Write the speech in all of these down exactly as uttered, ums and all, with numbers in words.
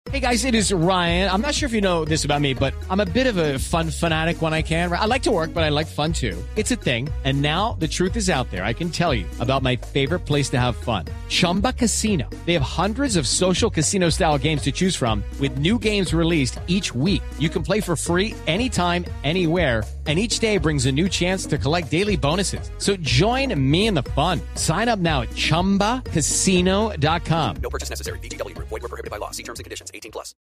Hey guys, it is Ryan. I'm not sure if you know this about me, but I'm a bit of a fun fanatic when I can. I like to work, but I like fun too. It's a thing. And now the truth is out there. I can tell you about my favorite place to have fun. Chumba Casino. They have hundreds of social casino style games to choose from with new games released each week. You can play for free anytime, anywhere. And each day brings a new chance to collect daily bonuses. So join me in the fun. Sign up now at chumba casino dot com. No purchase necessary. V G W. Void where prohibited by law. See terms and conditions. eighteen plus.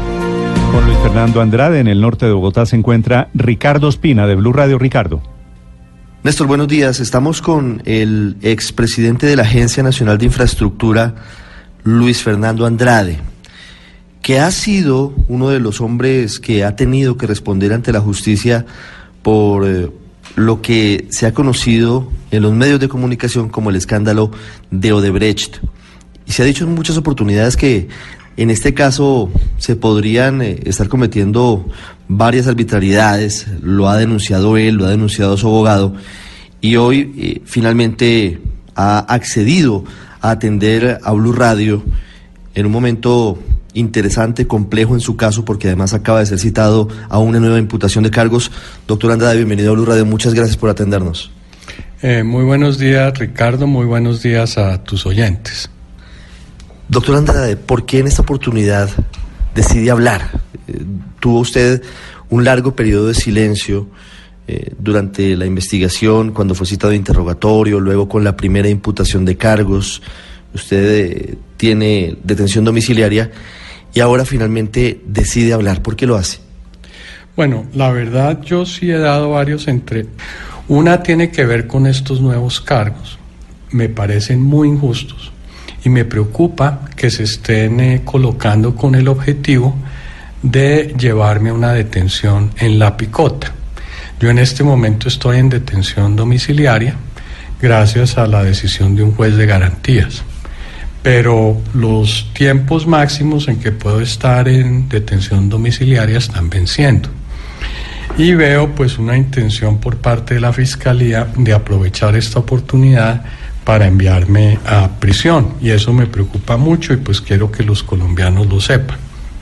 Con Luis Fernando Andrade, en el norte de Bogotá se encuentra Ricardo Ospina de Blue Radio. Ricardo. Néstor, buenos días. Estamos con el expresidente de la Agencia Nacional de Infraestructura, Luis Fernando Andrade, que ha sido uno de los hombres que ha tenido que responder ante la justicia por eh, lo que se ha conocido en los medios de comunicación como el escándalo de Odebrecht. Y se ha dicho en muchas oportunidades que en este caso se podrían eh, estar cometiendo varias arbitrariedades. Lo ha denunciado él, lo ha denunciado su abogado, y hoy eh, finalmente ha accedido a atender a Blue Radio en un momento interesante, complejo en su caso, porque además acaba de ser citado a una nueva imputación de cargos. Doctor Andrade, bienvenido a Blue Radio, muchas gracias por atendernos. Eh, muy buenos días, Ricardo, muy buenos días a tus oyentes. Doctor Andrade, ¿por qué en esta oportunidad decide hablar? Eh, tuvo usted un largo periodo de silencio eh, durante la investigación, cuando fue citado a interrogatorio, luego con la primera imputación de cargos. Usted eh, tiene detención domiciliaria y ahora finalmente decide hablar. ¿Por qué lo hace? Bueno, la verdad yo sí he dado varios entre... Una tiene que ver con estos nuevos cargos. Me parecen muy injustos. Y me preocupa que se estén eh, colocando con el objetivo de llevarme a una detención en La Picota. Yo en este momento estoy en detención domiciliaria gracias a la decisión de un juez de garantías. Pero los tiempos máximos en que puedo estar en detención domiciliaria están venciendo. Y veo pues una intención por parte de la Fiscalía de aprovechar esta oportunidad para enviarme a prisión, y eso me preocupa mucho y pues quiero que los colombianos lo sepan.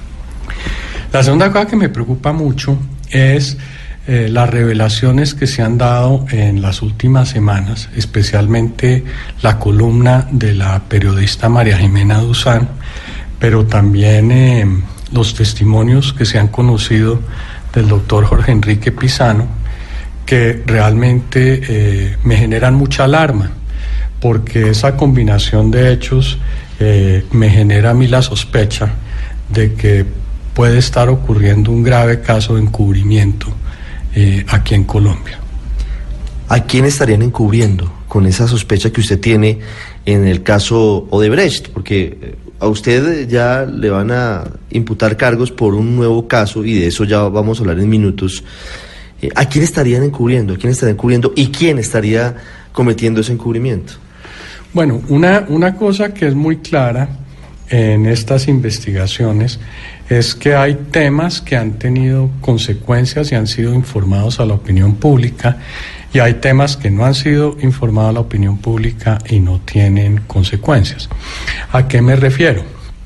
La segunda cosa que me preocupa mucho es eh, las revelaciones que se han dado en las últimas semanas, especialmente la columna de la periodista María Jimena Duzán, pero también eh, los testimonios que se han conocido del doctor Jorge Enrique Pizano, que realmente eh, me generan mucha alarma, porque esa combinación de hechos eh, me genera a mí la sospecha de que puede estar ocurriendo un grave caso de encubrimiento eh, aquí en Colombia. ¿A quién estarían encubriendo con esa sospecha que usted tiene en el caso Odebrecht? Porque a usted ya le van a imputar cargos por un nuevo caso, y de eso ya vamos a hablar en minutos. ¿A quién estarían encubriendo? ¿A quién estarían encubriendo? ¿Y quién estaría cometiendo ese encubrimiento? Bueno, una, una cosa que es muy clara en estas investigaciones es que hay temas que han tenido consecuencias y han sido informados a la opinión pública, y hay temas que no han sido informados a la opinión pública y no tienen consecuencias. ¿A qué me refiero?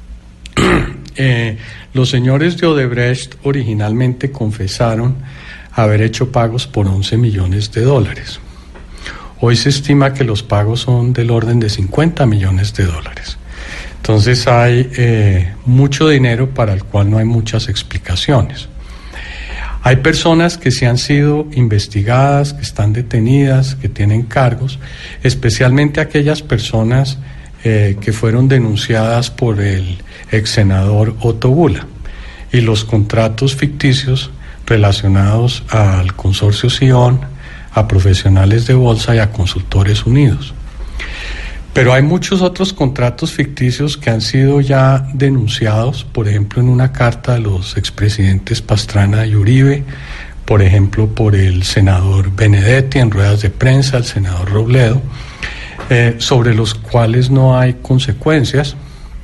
eh, los señores de Odebrecht originalmente confesaron haber hecho pagos por once millones de dólares. Hoy se estima que los pagos son del orden de cincuenta millones de dólares. Entonces hay eh, mucho dinero para el cual no hay muchas explicaciones. Hay personas que sí han sido investigadas, que están detenidas, que tienen cargos, especialmente aquellas personas eh, que fueron denunciadas por el ex senador Otto Bula, y los contratos ficticios relacionados al consorcio Sion, a profesionales de bolsa y a Consultores Unidos. Pero hay muchos otros contratos ficticios que han sido ya denunciados, por ejemplo en una carta de los expresidentes Pastrana y Uribe, por ejemplo por el senador Benedetti en ruedas de prensa, el senador Robledo, eh, sobre los cuales no hay consecuencias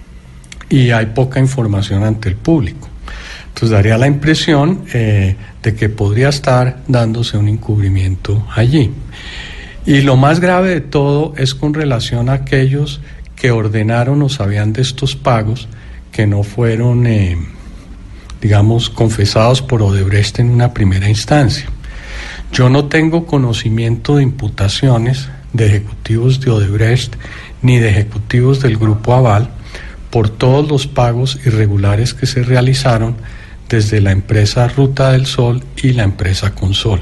y hay poca información ante el público. Entonces daría la impresión eh, de que podría estar dándose un encubrimiento allí. Y lo más grave de todo es con relación a aquellos que ordenaron o sabían de estos pagos, que no fueron, eh, digamos, confesados por Odebrecht en una primera instancia. Yo no tengo conocimiento de imputaciones de ejecutivos de Odebrecht ni de ejecutivos del Grupo Aval por todos los pagos irregulares que se realizaron desde la empresa Ruta del Sol y la empresa Consol.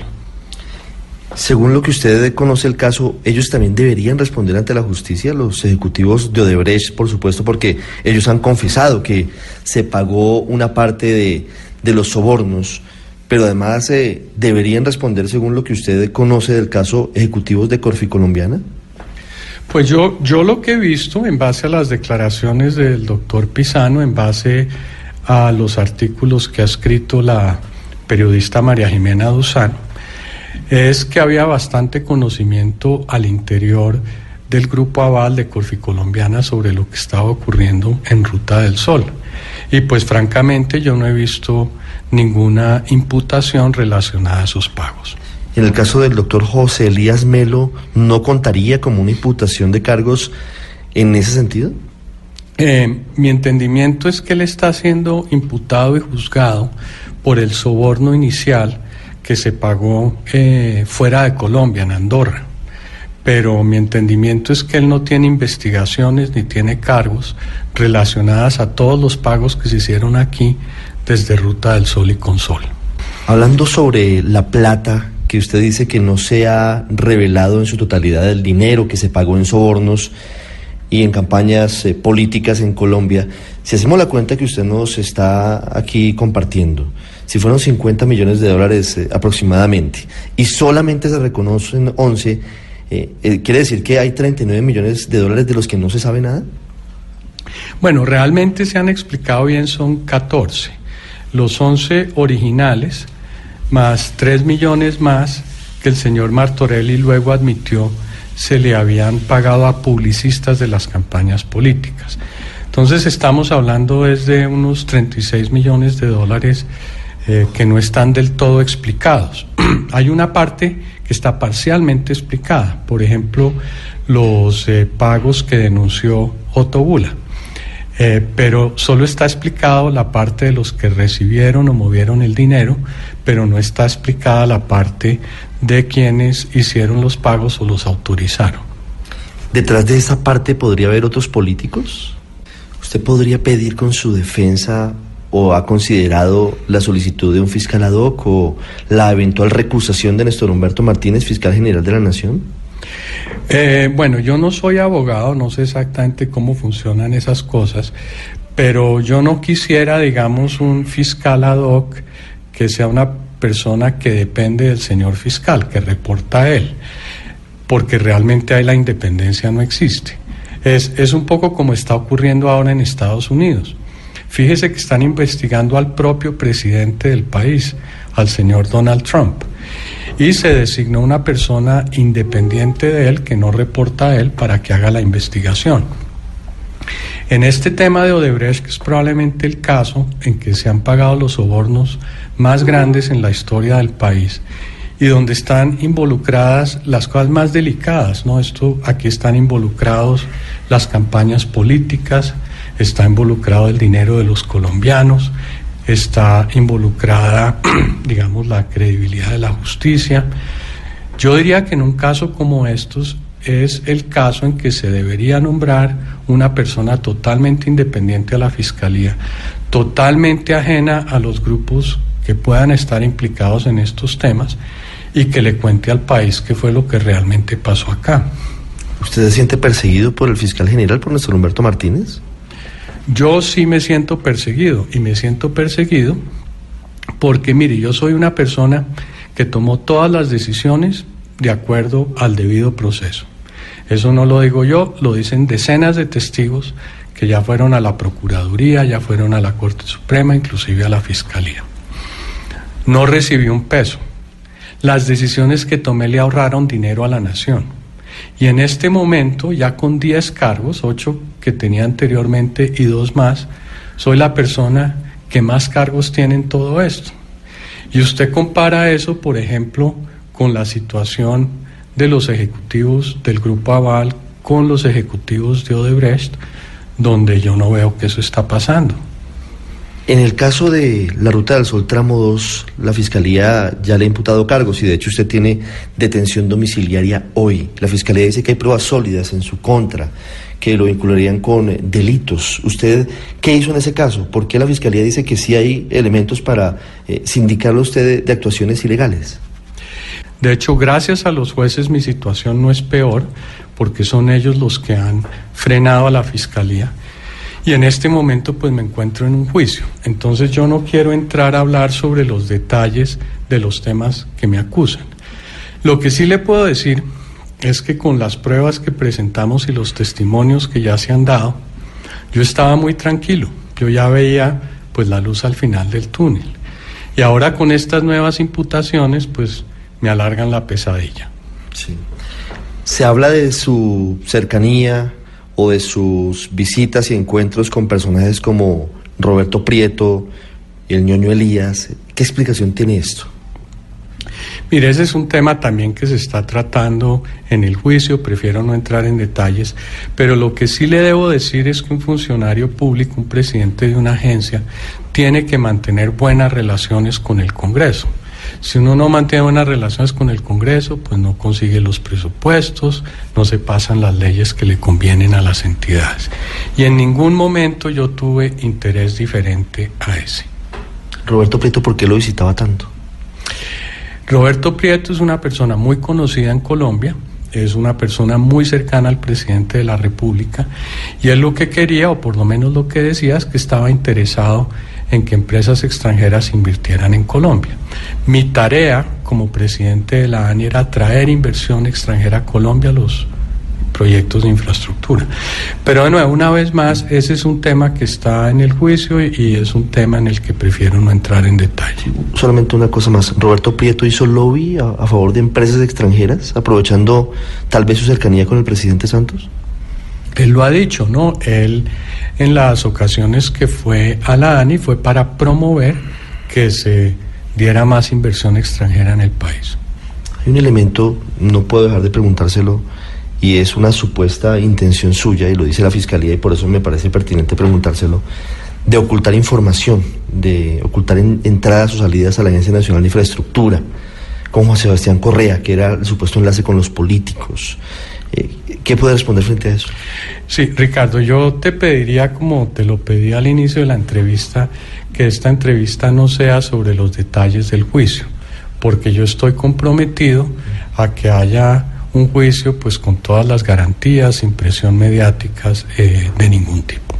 Según lo que usted conoce el caso, ¿ellos también deberían responder ante la justicia, los ejecutivos de Odebrecht, por supuesto, porque ellos han confesado que se pagó una parte de, de los sobornos, pero además eh, deberían responder, según lo que usted conoce del caso, ejecutivos de Corficolombiana? Pues yo, yo lo que he visto, en base a las declaraciones del doctor Pisano, en base a los artículos que ha escrito la periodista María Jimena Duzano, es que había bastante conocimiento al interior del Grupo Aval de Corficolombiana sobre lo que estaba ocurriendo en Ruta del Sol. Y pues francamente yo no he visto ninguna imputación relacionada a esos pagos. En el caso del doctor José Elías Melo, ¿no contaría como una imputación de cargos en ese sentido? Eh, mi entendimiento es que él está siendo imputado y juzgado por el soborno inicial que se pagó eh, fuera de Colombia, en Andorra. Pero mi entendimiento es que él no tiene investigaciones ni tiene cargos relacionadas a todos los pagos que se hicieron aquí desde Ruta del Sol y Consol. Hablando sobre la plata que usted dice que no se ha revelado en su totalidad, del dinero que se pagó en sobornos y en campañas eh, políticas en Colombia, si hacemos la cuenta que usted nos está aquí compartiendo, si fueron cincuenta millones de dólares eh, aproximadamente, y solamente se reconocen once, eh, eh, ¿quiere decir que hay treinta y nueve millones de dólares de los que no se sabe nada? Bueno, realmente se han explicado bien, son catorce. Los once originales, más tres millones más que el señor Martorelli luego admitió se le habían pagado a publicistas de las campañas políticas. Entonces estamos hablando desde unos treinta y seis millones de dólares eh, que no están del todo explicados. Hay una parte que está parcialmente explicada, por ejemplo, los eh, pagos que denunció Otto Bula. Eh, pero solo está explicado la parte de los que recibieron o movieron el dinero, pero no está explicada la parte de quienes hicieron los pagos o los autorizaron. ¿Detrás de esa parte podría haber otros políticos? ¿Usted podría pedir con su defensa o ha considerado la solicitud de un fiscal ad hoc o la eventual recusación de Néstor Humberto Martínez, fiscal general de la Nación? Eh, bueno, yo no soy abogado, no sé exactamente cómo funcionan esas cosas, pero yo no quisiera, digamos, un fiscal ad hoc que sea una persona que depende del señor fiscal, que reporta a él, porque realmente ahí la independencia no existe. Es, es un poco como está ocurriendo ahora en Estados Unidos. Fíjese que están investigando al propio presidente del país, al señor Donald Trump, y se designó una persona independiente de él, que no reporta a él, para que haga la investigación. En este tema de Odebrecht, que es probablemente el caso en que se han pagado los sobornos más grandes en la historia del país y donde están involucradas las cosas más delicadas, ¿no? Esto, aquí están involucrados las campañas políticas, está involucrado el dinero de los colombianos, está involucrada, digamos, la credibilidad de la justicia. Yo diría que en un caso como estos es el caso en que se debería nombrar una persona totalmente independiente a la Fiscalía, totalmente ajena a los grupos que puedan estar implicados en estos temas y que le cuente al país qué fue lo que realmente pasó acá. ¿Usted se siente perseguido por el fiscal general, por Néstor Humberto Martínez? Yo sí me siento perseguido, y me siento perseguido porque, mire, yo soy una persona que tomó todas las decisiones de acuerdo al debido proceso. Eso no lo digo yo, lo dicen decenas de testigos que ya fueron a la Procuraduría, ya fueron a la Corte Suprema, inclusive a la Fiscalía. No recibí un peso. Las decisiones que tomé le ahorraron dinero a la nación. Y en este momento, ya con diez cargos, ocho que tenía anteriormente y dos más, soy la persona que más cargos tiene en todo esto. Y usted compara eso, por ejemplo, con la situación de los ejecutivos del Grupo Aval, con los ejecutivos de Odebrecht, donde yo no veo que eso está pasando. En el caso de la Ruta del Sol tramo dos, la Fiscalía ya le ha imputado cargos y de hecho usted tiene detención domiciliaria hoy. La Fiscalía dice que hay pruebas sólidas en su contra, que lo vincularían con delitos. ¿Usted qué hizo en ese caso? ¿Por qué la Fiscalía dice que sí hay elementos para eh, sindicarlo a usted de, de actuaciones ilegales? De hecho, gracias a los jueces mi situación no es peor, porque son ellos los que han frenado a la Fiscalía. Y en este momento pues me encuentro en un juicio. Entonces yo no quiero entrar a hablar sobre los detalles de los temas que me acusan. Lo que sí le puedo decir es que con las pruebas que presentamos y los testimonios que ya se han dado, yo estaba muy tranquilo. Yo ya veía pues la luz al final del túnel. Y ahora con estas nuevas imputaciones pues me alargan la pesadilla. Sí. Se habla de su cercanía o de sus visitas y encuentros con personajes como Roberto Prieto y el ñoño Elías. ¿Qué explicación tiene esto? Mire, ese es un tema también que se está tratando en el juicio, prefiero no entrar en detalles, pero lo que sí le debo decir es que un funcionario público, un presidente de una agencia, tiene que mantener buenas relaciones con el Congreso. Si uno no mantiene buenas relaciones con el Congreso, pues no consigue los presupuestos, no se pasan las leyes que le convienen a las entidades. Y en ningún momento yo tuve interés diferente a ese. Roberto Prieto, ¿por qué lo visitaba tanto? Roberto Prieto es una persona muy conocida en Colombia, es una persona muy cercana al presidente de la República, y él lo que quería, o por lo menos lo que decía, es que estaba interesado en que empresas extranjeras invirtieran en Colombia. Mi tarea como presidente de la ANI era traer inversión extranjera a Colombia, los proyectos de infraestructura. Pero de nuevo, una vez más, ese es un tema que está en el juicio y, y es un tema en el que prefiero no entrar en detalle. Solamente una cosa más, ¿Roberto Prieto hizo lobby a, a favor de empresas extranjeras, aprovechando tal vez su cercanía con el presidente Santos? Él lo ha dicho, ¿no? Él en las ocasiones que fue a la ANI fue para promover que se diera más inversión extranjera en el país. Hay un elemento, no puedo dejar de preguntárselo, y es una supuesta intención suya, y lo dice la Fiscalía, y por eso me parece pertinente preguntárselo, de ocultar información, de ocultar en, entradas o salidas a la Agencia Nacional de Infraestructura, con Juan Sebastián Correa, que era el supuesto enlace con los políticos. Eh, ¿Qué puede responder frente a eso? Sí, Ricardo, yo te pediría, como te lo pedí al inicio de la entrevista, que esta entrevista no sea sobre los detalles del juicio, porque yo estoy comprometido a que haya un juicio pues con todas las garantías, sin presión mediáticas eh, de ningún tipo.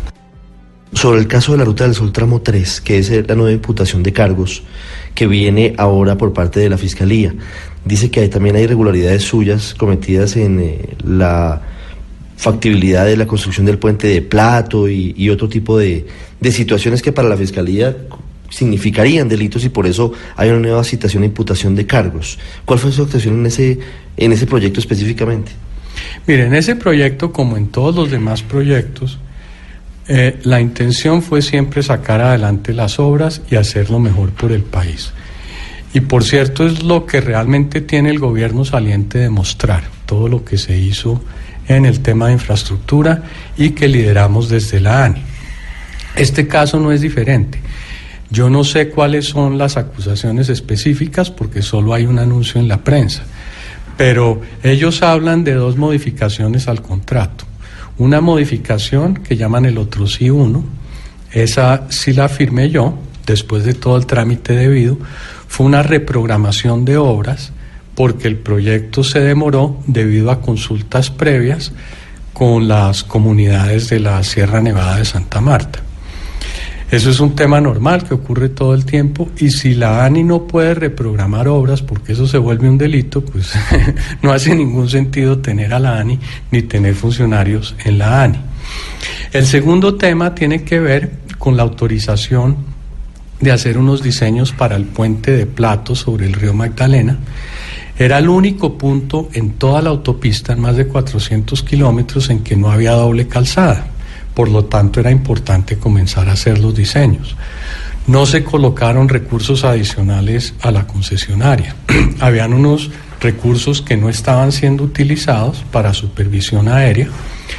Sobre el caso de la Ruta del Sol tramo tres, que es la nueva imputación de cargos que viene ahora por parte de la Fiscalía, dice que hay, también hay irregularidades suyas cometidas en eh, la factibilidad de la construcción del puente de Plato y, y otro tipo de, de situaciones que para la Fiscalía significarían delitos, y por eso hay una nueva citación e imputación de cargos. ¿Cuál fue su actuación en ese, en ese proyecto específicamente? Mire, en ese proyecto, como en todos los demás proyectos, eh, la intención fue siempre sacar adelante las obras y hacerlo mejor por el país. Y por cierto, es lo que realmente tiene el gobierno saliente de mostrar, todo lo que se hizo en el tema de infraestructura y que lideramos desde la ANI. Este caso no es diferente. Yo no sé cuáles son las acusaciones específicas porque solo hay un anuncio en la prensa, pero ellos hablan de dos modificaciones al contrato. Una modificación que llaman el otro sí uno, esa sí la firmé yo, después de todo el trámite debido, fue una reprogramación de obras porque el proyecto se demoró debido a consultas previas con las comunidades de la Sierra Nevada de Santa Marta. Eso es un tema normal que ocurre todo el tiempo, y si la ANI no puede reprogramar obras porque eso se vuelve un delito, pues no hace ningún sentido tener a la ANI ni tener funcionarios en la ANI. El segundo tema tiene que ver con la autorización de hacer unos diseños para el puente de Plato sobre el río Magdalena. Era el único punto en toda la autopista, en más de cuatrocientos kilómetros, en que no había doble calzada. Por lo tanto, era importante comenzar a hacer los diseños. No se colocaron recursos adicionales a la concesionaria. Habían unos recursos que no estaban siendo utilizados para supervisión aérea.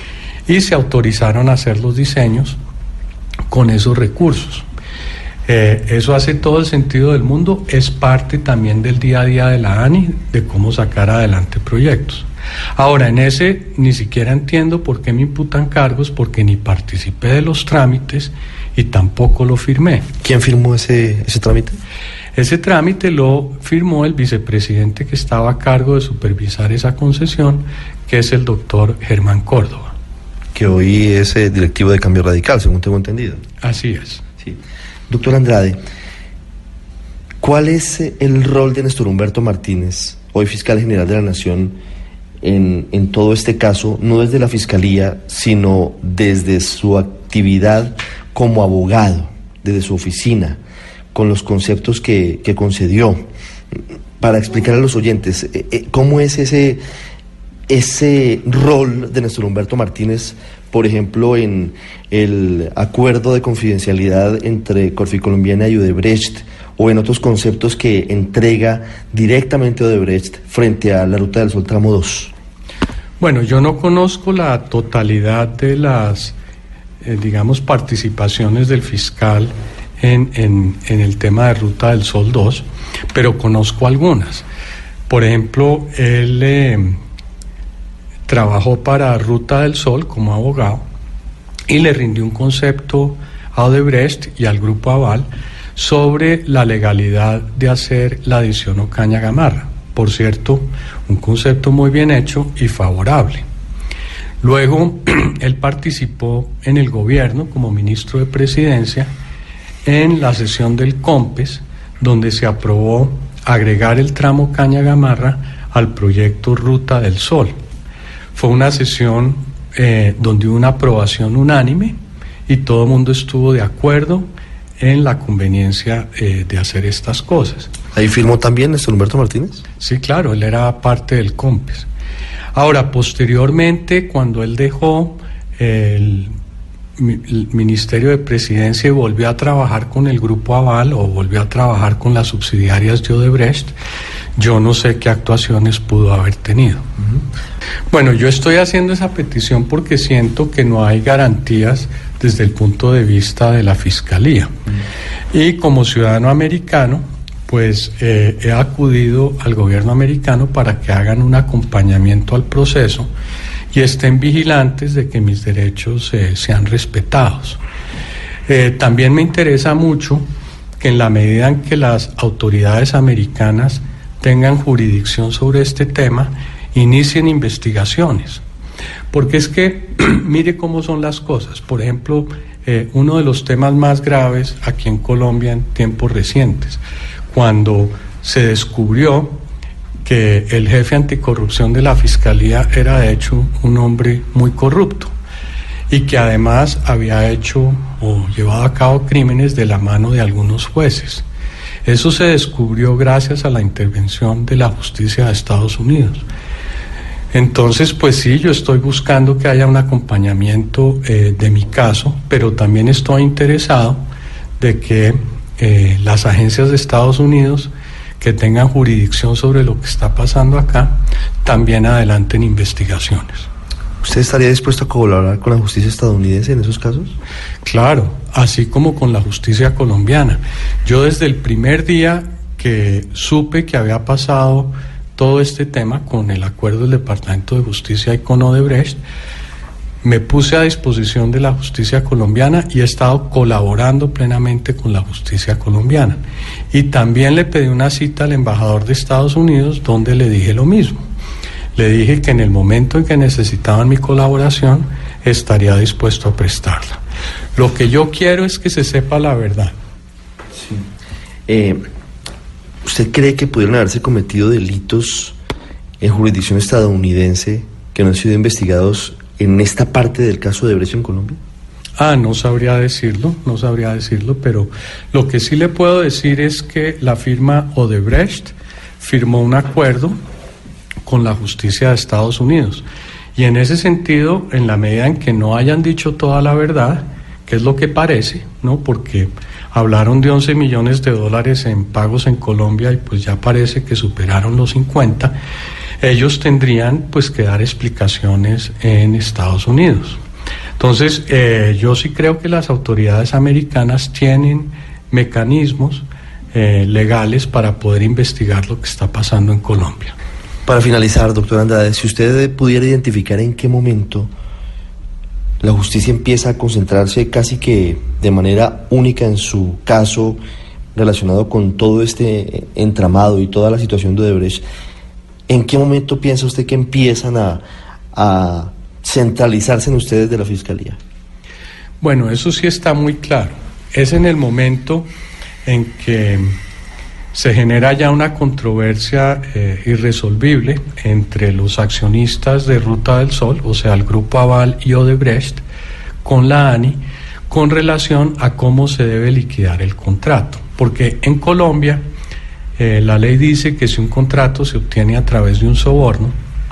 y se autorizaron a hacer los diseños con esos recursos. Eh, eso hace todo el sentido del mundo, es parte también del día a día de la ANI, de cómo sacar adelante proyectos. Ahora, en ese ni siquiera entiendo por qué me imputan cargos, porque ni participé de los trámites y tampoco lo firmé. ¿Quién firmó ese, ese trámite? Ese trámite lo firmó el vicepresidente que estaba a cargo de supervisar esa concesión, que es el doctor Germán Córdoba. Que hoy es eh, directivo de Cambio Radical, según tengo entendido. Así es. Sí. Doctor Andrade, ¿cuál es el rol de Néstor Humberto Martínez, hoy fiscal general de la Nación, en, en todo este caso, no desde la Fiscalía, sino desde su actividad como abogado, desde su oficina, con los conceptos que, que concedió? Para explicar a los oyentes, ¿cómo es ese, ese rol de Néstor Humberto Martínez, por ejemplo, en el acuerdo de confidencialidad entre Corficolombiana y Odebrecht, o en otros conceptos que entrega directamente Odebrecht frente a la Ruta del Sol Tramo dos? Bueno, yo no conozco la totalidad de las, eh, digamos, participaciones del fiscal en, en, en el tema de Ruta del Sol dos, pero conozco algunas. Por ejemplo, él eh, trabajó para Ruta del Sol como abogado y le rindió un concepto a Odebrecht y al Grupo Aval sobre la legalidad de hacer la adición Ocaña-Gamarra. Por cierto, un concepto muy bien hecho y favorable. Luego, él participó en el gobierno como ministro de Presidencia en la sesión del COMPES, donde se aprobó agregar el tramo Ocaña-Gamarra al proyecto Ruta del Sol. Fue una sesión eh, donde hubo una aprobación unánime y todo el mundo estuvo de acuerdo en la conveniencia eh, de hacer estas cosas. ¿Ahí firmó también Néstor Humberto Martínez? Sí, claro, él era parte del COMPES. Ahora, posteriormente, cuando él dejó el, el Ministerio de Presidencia y volvió a trabajar con el Grupo Aval o volvió a trabajar con las subsidiarias de Odebrecht, yo no sé qué actuaciones pudo haber tenido. Uh-huh. Bueno, yo estoy haciendo esa petición porque siento que no hay garantías desde el punto de vista de la Fiscalía. Uh-huh. Y como ciudadano americano, pues eh, he acudido al gobierno americano para que hagan un acompañamiento al proceso y estén vigilantes de que mis derechos eh, sean respetados. Eh, también me interesa mucho que en la medida en que las autoridades americanas tengan jurisdicción sobre este tema, inicien investigaciones. Porque es que, mire cómo son las cosas. Por ejemplo, eh, uno de los temas más graves aquí en Colombia en tiempos recientes, cuando se descubrió que el jefe anticorrupción de la Fiscalía era de hecho un hombre muy corrupto y que además había hecho o llevado a cabo crímenes de la mano de algunos jueces. Eso se descubrió gracias a la intervención de la justicia de Estados Unidos. Entonces, pues sí, yo estoy buscando que haya un acompañamiento eh, de mi caso, pero también estoy interesado de que eh, las agencias de Estados Unidos que tengan jurisdicción sobre lo que está pasando acá también adelanten investigaciones. ¿Usted estaría dispuesto a colaborar con la justicia estadounidense en esos casos? Claro, así como con la justicia colombiana. Yo desde el primer día que supe que había pasado todo este tema con el acuerdo del Departamento de Justicia y con Odebrecht, me puse a disposición de la justicia colombiana y he estado colaborando plenamente con la justicia colombiana. Y también le pedí una cita al embajador de Estados Unidos donde le dije lo mismo. Le dije que en el momento en que necesitaban mi colaboración estaría dispuesto a prestarla. Lo que yo quiero es que se sepa la verdad. Sí. Eh, ¿Usted cree que pudieron haberse cometido delitos en jurisdicción estadounidense que no han sido investigados en esta parte del caso de Odebrecht en Colombia? Ah, no sabría decirlo, no sabría decirlo, pero lo que sí le puedo decir es que la firma Odebrecht firmó un acuerdo con la justicia de Estados Unidos. Y en ese sentido, en la medida en que no hayan dicho toda la verdad, que es lo que parece, ¿no? Porque hablaron de once millones de dólares en pagos en Colombia y pues ya parece que superaron los cincuenta, ellos tendrían pues que dar explicaciones en Estados Unidos. Entonces, eh, yo sí creo que las autoridades americanas tienen mecanismos eh, legales para poder investigar lo que está pasando en Colombia. Para finalizar, doctor Andrade, si usted pudiera identificar en qué momento la justicia empieza a concentrarse casi que de manera única en su caso relacionado con todo este entramado y toda la situación de Odebrecht, ¿en qué momento piensa usted que empiezan a, a centralizarse en ustedes de la Fiscalía? Bueno, eso sí está muy claro. Es en el momento en que se genera ya una controversia eh, irresoluble entre los accionistas de Ruta del Sol, o sea, el Grupo Aval y Odebrecht, con la ANI, con relación a cómo se debe liquidar el contrato. Porque en Colombia eh, la ley dice que si un contrato se obtiene a través de un soborno,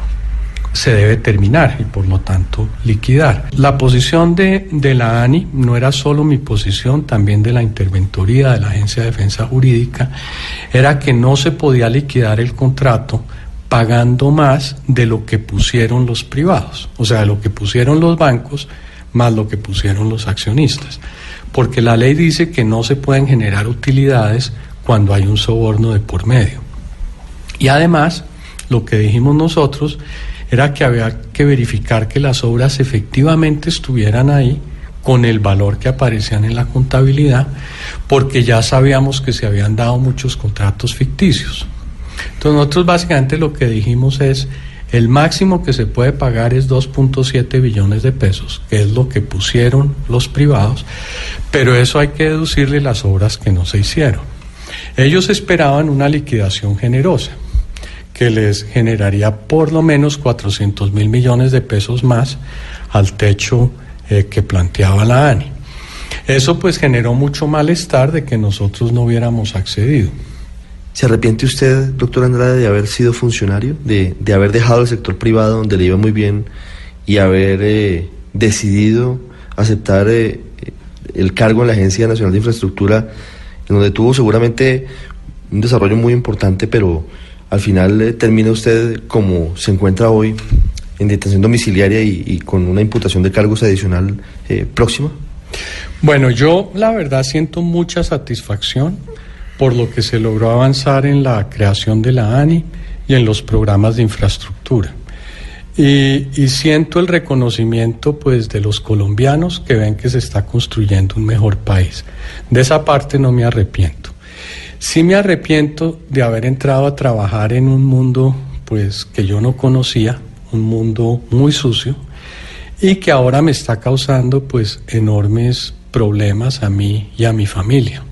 se debe terminar y por lo tanto liquidar. La posición de, de la ANI no era solo mi posición, también de la interventoría de la Agencia de Defensa Jurídica, era que no se podía liquidar el contrato pagando más de lo que pusieron los privados, o sea, de lo que pusieron los bancos más lo que pusieron los accionistas, porque la ley dice que no se pueden generar utilidades cuando hay un soborno de por medio. Y además, lo que dijimos nosotros era que había que verificar que las obras efectivamente estuvieran ahí con el valor que aparecían en la contabilidad, porque ya sabíamos que se habían dado muchos contratos ficticios. Entonces nosotros básicamente lo que dijimos es, el máximo que se puede pagar es dos punto siete billones de pesos, que es lo que pusieron los privados, pero eso hay que deducirle las obras que no se hicieron. Ellos esperaban una liquidación generosa, que les generaría por lo menos cuatrocientos mil millones de pesos más al techo eh, que planteaba la ANI. Eso pues generó mucho malestar de que nosotros no hubiéramos accedido. ¿Se arrepiente usted, doctor Andrade, de haber sido funcionario, de, de haber dejado el sector privado donde le iba muy bien y haber eh, decidido aceptar eh, el cargo en la Agencia Nacional de Infraestructura, en donde tuvo seguramente un desarrollo muy importante, pero al final eh, termina usted como se encuentra hoy, en detención domiciliaria y, y con una imputación de cargos adicional eh, próxima? Bueno, yo la verdad siento mucha satisfacción por lo que se logró avanzar en la creación de la ANI y en los programas de infraestructura. Y, y siento el reconocimiento pues de los colombianos que ven que se está construyendo un mejor país. De esa parte no me arrepiento. Sí me arrepiento de haber entrado a trabajar en un mundo pues que yo no conocía, un mundo muy sucio y que ahora me está causando pues enormes problemas a mí y a mi familia.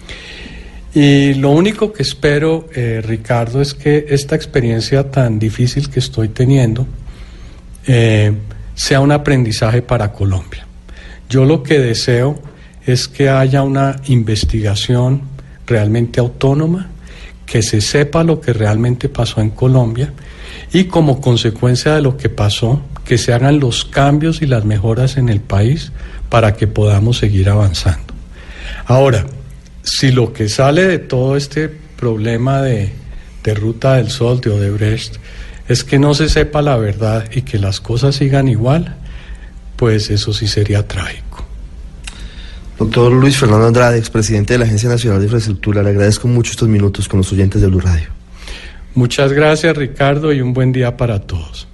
Y lo único que espero, eh, Ricardo, es que esta experiencia tan difícil que estoy teniendo eh, sea un aprendizaje para Colombia. Yo lo que deseo es que haya una investigación realmente autónoma, que se sepa lo que realmente pasó en Colombia y como consecuencia de lo que pasó, que se hagan los cambios y las mejoras en el país para que podamos seguir avanzando. Ahora, si lo que sale de todo este problema de, de Ruta del Sol, de Odebrecht, es que no se sepa la verdad y que las cosas sigan igual, pues eso sí sería trágico. Doctor Luis Fernando Andrade, expresidente de la Agencia Nacional de Infraestructura, le agradezco mucho estos minutos con los oyentes de Blue Radio. Muchas gracias, Ricardo, y un buen día para todos.